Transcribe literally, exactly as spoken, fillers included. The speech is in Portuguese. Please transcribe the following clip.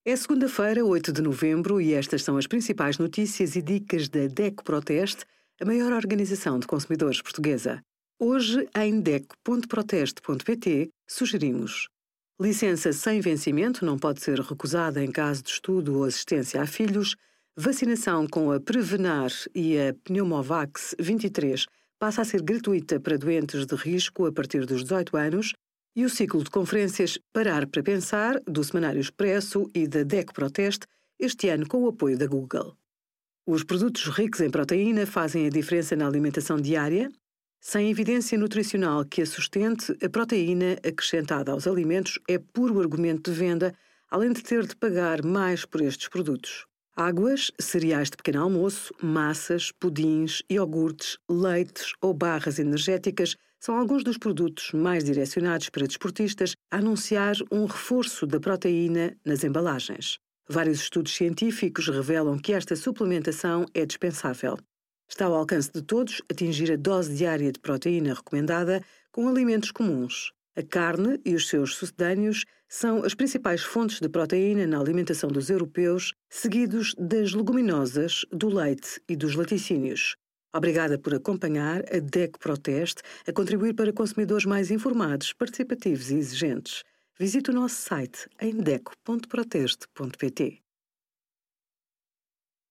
É segunda-feira, oito de novembro, e estas são as principais notícias e dicas da DECO Proteste, a maior organização de consumidores portuguesa. Hoje, em deco ponto proteste ponto pt, sugerimos: licença sem vencimento não pode ser recusada em caso de estudo ou assistência a filhos. Vacinação com a Prevenar e a Pneumovax vinte e três passa a ser gratuita para doentes de risco a partir dos dezoito anos. E o ciclo de conferências Parar para Pensar, do Semanário Expresso e da DECO Proteste, este ano com o apoio da Google. Os produtos ricos em proteína fazem a diferença na alimentação diária? Sem evidência nutricional que a sustente, a proteína acrescentada aos alimentos é puro argumento de venda, além de ter de pagar mais por estes produtos. Águas, cereais de pequeno almoço, massas, pudins, iogurtes, leites ou barras energéticas são alguns dos produtos mais direcionados para desportistas a anunciar um reforço da proteína nas embalagens. Vários estudos científicos revelam que esta suplementação é dispensável. Está ao alcance de todos atingir a dose diária de proteína recomendada com alimentos comuns. A carne e os seus sucedâneos são as principais fontes de proteína na alimentação dos europeus, seguidos das leguminosas, do leite e dos laticínios. Obrigada por acompanhar a DECO Proteste a contribuir para consumidores mais informados, participativos e exigentes. Visite o nosso site em deco ponto proteste ponto pt.